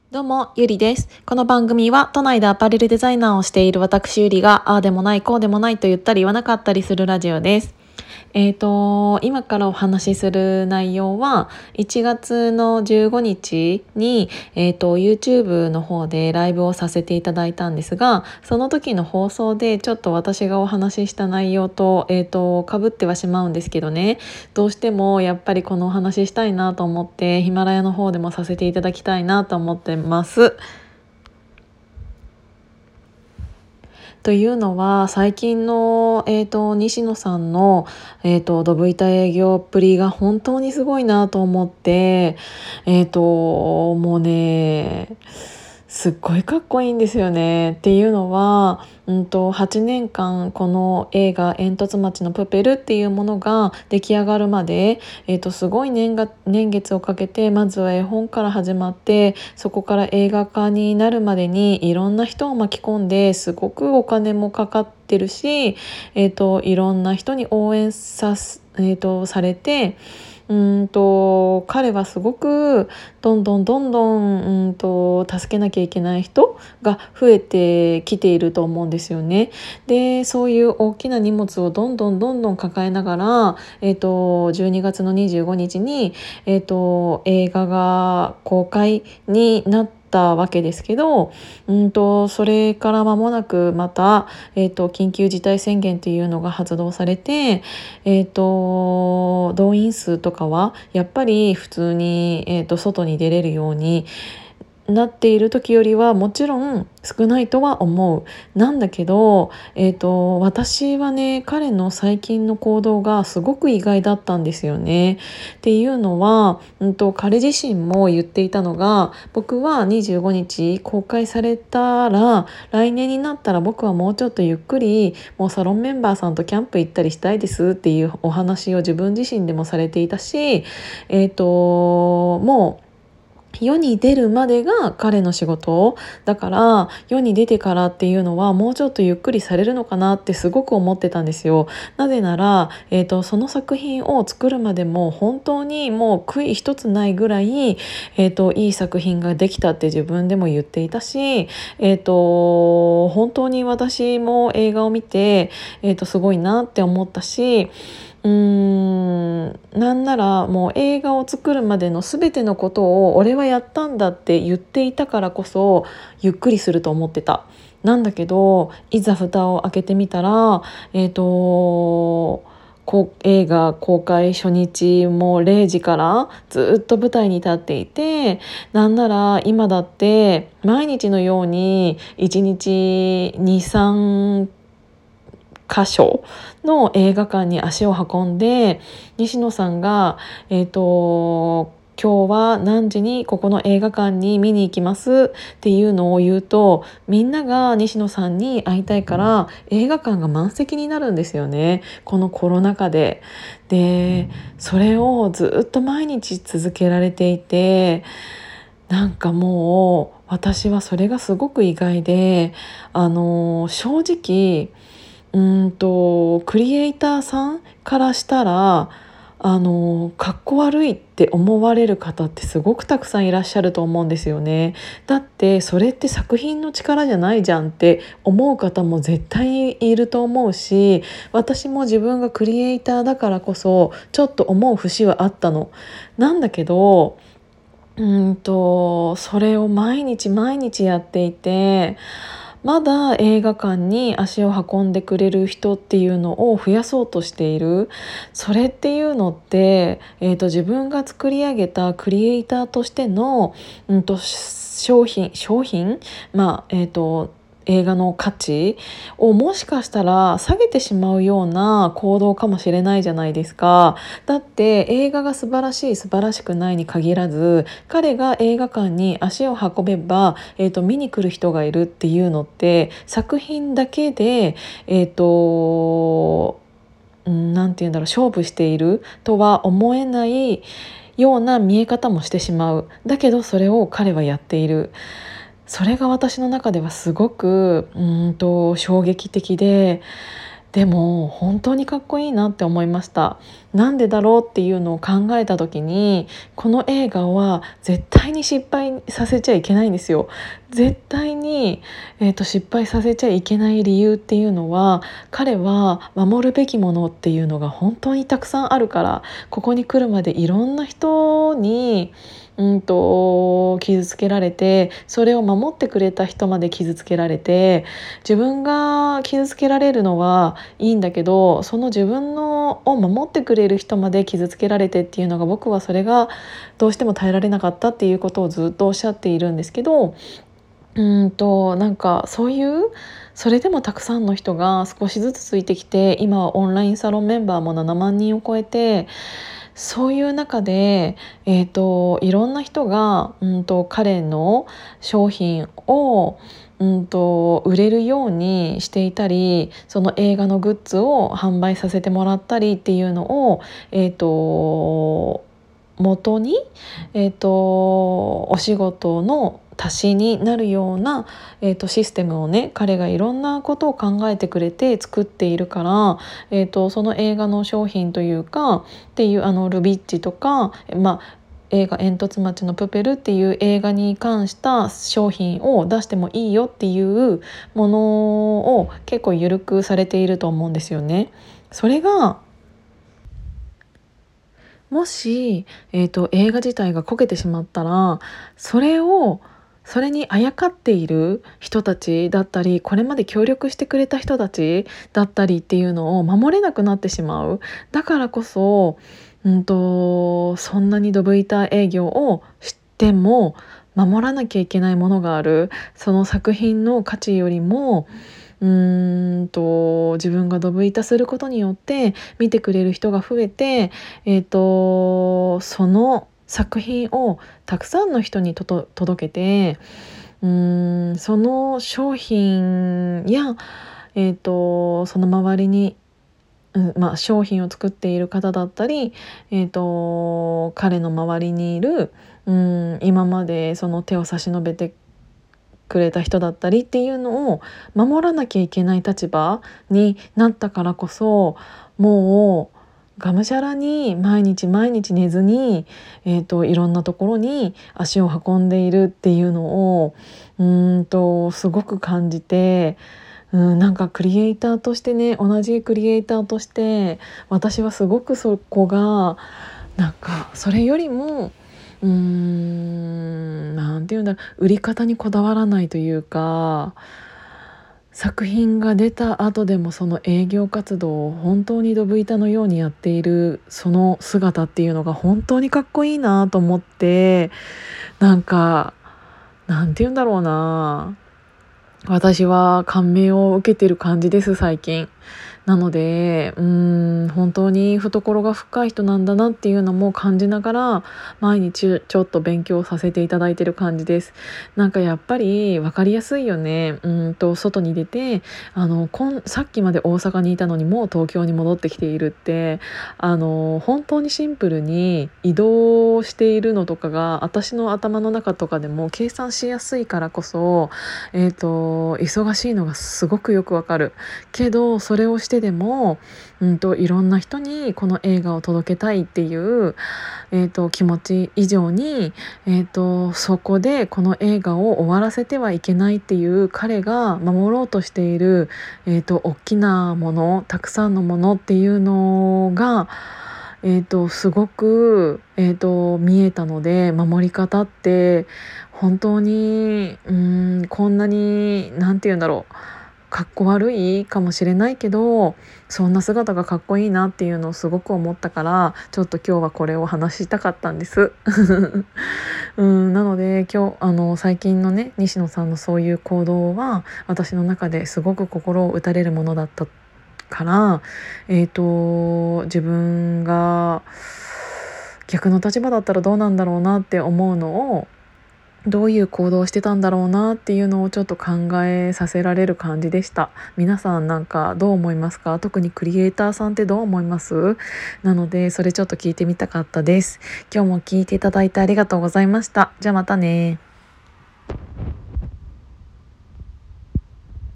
どうも、ゆりです。この番組は都内でアパレルデザイナーをしている私ゆりが、ああでもない、こうでもないと言ったり言わなかったりするラジオです。今からお話しする内容は、1月の15日に、YouTube の方でライブをさせていただいたんですが、その時の放送でちょっと私がお話しした内容と、被ってはしまうんですけどね、どうしてもやっぱりこのお話ししたいなと思って、ヒマラヤの方でもさせていただきたいなと思ってます。というのは最近の、西野さんの、ドブ板営業っぷりが本当にすごいなと思って、もうねすっごいかっこいいんですよね。っていうのは、8年間この映画「煙突町のプペル」っていうものが出来上がるまで、すごい年月をかけて、まずは絵本から始まって、そこから映画化になるまでにいろんな人を巻き込んで、すごくお金もかかってるし、いろんな人に応援されて、彼はすごくどんどん助けなきゃいけない人が増えてきていると思うんですよね。で、そういう大きな荷物をどんどん抱えながら、12月の25日に、映画が公開になったわけですけど、それから間もなくまた、緊急事態宣言っていうのが発動されて、動員数とかはやっぱり普通に、外に出れるようになっている時よりはもちろん少ないとは思う。なんだけど、私はね、彼の最近の行動がすごく意外だったんですよね。っていうのは、彼自身も言っていたのが、僕は25日公開されたら来年になったら僕はもうちょっとゆっくりもうサロンメンバーさんとキャンプ行ったりしたいですっていうお話を自分自身でもされていたし、もう世に出るまでが彼の仕事だから、世に出てからっていうのはもうちょっとゆっくりされるのかなってすごく思ってたんですよ。なぜなら、その作品を作るまでも本当にもう悔い一つないぐらい、いい作品ができたって自分でも言っていたし、本当に私も映画を見て、すごいなって思ったし、なんならもう映画を作るまでの全てのことを俺はやったんだって言っていたからこそゆっくりすると思ってた。なんだけどいざ蓋を開けてみたら、映画公開初日も0時からずっと舞台に立っていて、なんなら今だって毎日のように1日2、3箇所の映画館に足を運んで、西野さんが、今日は何時にここの映画館に見に行きますっていうのを言うと、みんなが西野さんに会いたいから映画館が満席になるんですよね、このコロナ禍で。で、それをずっと毎日続けられていて、なんかもう私はそれがすごく意外で、正直クリエイターさんからしたらかっこ悪いって思われる方ってすごくたくさんいらっしゃると思うんですよね。だってそれって作品の力じゃないじゃんって思う方も絶対いると思うし、私も自分がクリエイターだからこそちょっと思う節はあったの。なんだけどそれを毎日毎日やっていて、まだ映画館に足を運んでくれる人っていうのを増やそうとしている。それっていうのって、自分が作り上げたクリエイターとしての、商品、映画の価値をもしかしたら下げてしまうような行動かもしれないじゃないですか。だって映画が素晴らしい素晴らしくないに限らず、彼が映画館に足を運べば、見に来る人がいるっていうのって作品だけでなんて言うんだろう、勝負しているとは思えないような見え方もしてしまう。だけどそれを彼はやっている。それが私の中ではすごく衝撃的で、でも本当にかっこいいなって思いました。 なんでだろうっていうのを考えた時に、この映画は絶対に失敗させちゃいけないんですよ。絶対に、失敗させちゃいけない理由っていうのは、彼は守るべきものっていうのが本当にたくさんあるから、ここに来るまでいろんな人に傷つけられて、それを守ってくれた人まで傷つけられて、自分が傷つけられるのはいいんだけど、その自分のを守ってくれる人まで傷つけられてっていうのが、僕はそれがどうしても耐えられなかったっていうことをずっとおっしゃっているんですけど、なんかそういうそれでもたくさんの人が少しずつついてきて、今はオンラインサロンメンバーも7万人を超えて、そういう中で、いろんな人が、彼の商品を、売れるようにしていたり、その映画のグッズを販売させてもらったりっていうのを、元に、お仕事の足しになるような、システムをね、彼がいろんなことを考えてくれて作っているから、その映画の商品というかっていうルビッチとか、映画「煙突町のプペル」っていう映画に関した商品を出してもいいよっていうものを結構緩くされていると思うんですよね。それがもし、映画自体がこけてしまったら、それにあやかっている人たちだったり、これまで協力してくれた人たちだったりっていうのを守れなくなってしまう。だからこそ、そんなにドブ板営業をしても守らなきゃいけないものがある。その作品の価値よりも、自分がドブ板することによって見てくれる人が増えて、その作品をたくさんの人に届けて、その商品や、その周りに、商品を作っている方だったり、彼の周りにいる、今までその手を差し伸べてくれた人だったりっていうのを守らなきゃいけない立場になったからこそ、もうがむしゃらに毎日毎日寝ずに、いろんなところに足を運んでいるっていうのをすごく感じて、なんかクリエイターとしてね、同じクリエイターとして私はすごくそこがなんかそれよりもなんていうんだ、売り方にこだわらないというか、作品が出た後でもその営業活動を本当にドブ板のようにやっているその姿っていうのが本当にかっこいいなと思って、なんかなんていうんだろうな、私は感銘を受けてる感じです最近。なので本当に懐が深い人なんだなっていうのも感じながら、毎日ちょっと勉強させていただいてる感じです。なんかやっぱり分かりやすいよね。外に出てさっきまで大阪にいたのにもう東京に戻ってきているって、本当にシンプルに移動しているのとかが私の頭の中とかでも計算しやすいからこそ、忙しいのがすごくよくわかるけど、それをしてでも、いろんな人にこの映画を届けたいっていう、気持ち以上に、そこでこの映画を終わらせてはいけないっていう彼が守ろうとしている、大きなもの、たくさんのものっていうのがすごく、見えたので、守り方って本当にこんなになんて言うんだろう、かっこ悪いかもしれないけど、そんな姿がかっこいいなっていうのをすごく思ったから、ちょっと今日はこれを話したかったんですなので今日最近のね、西野さんのそういう行動は私の中ですごく心を打たれるものだったから、自分が逆の立場だったらどうなんだろうなって思うのを、どういう行動をしてたんだろうなっていうのをちょっと考えさせられる感じでした。皆さんなんかどう思いますか？特にクリエイターさんってどう思います？なのでそれちょっと聞いてみたかったです。今日も聞いていただいてありがとうございました。じゃあまたね。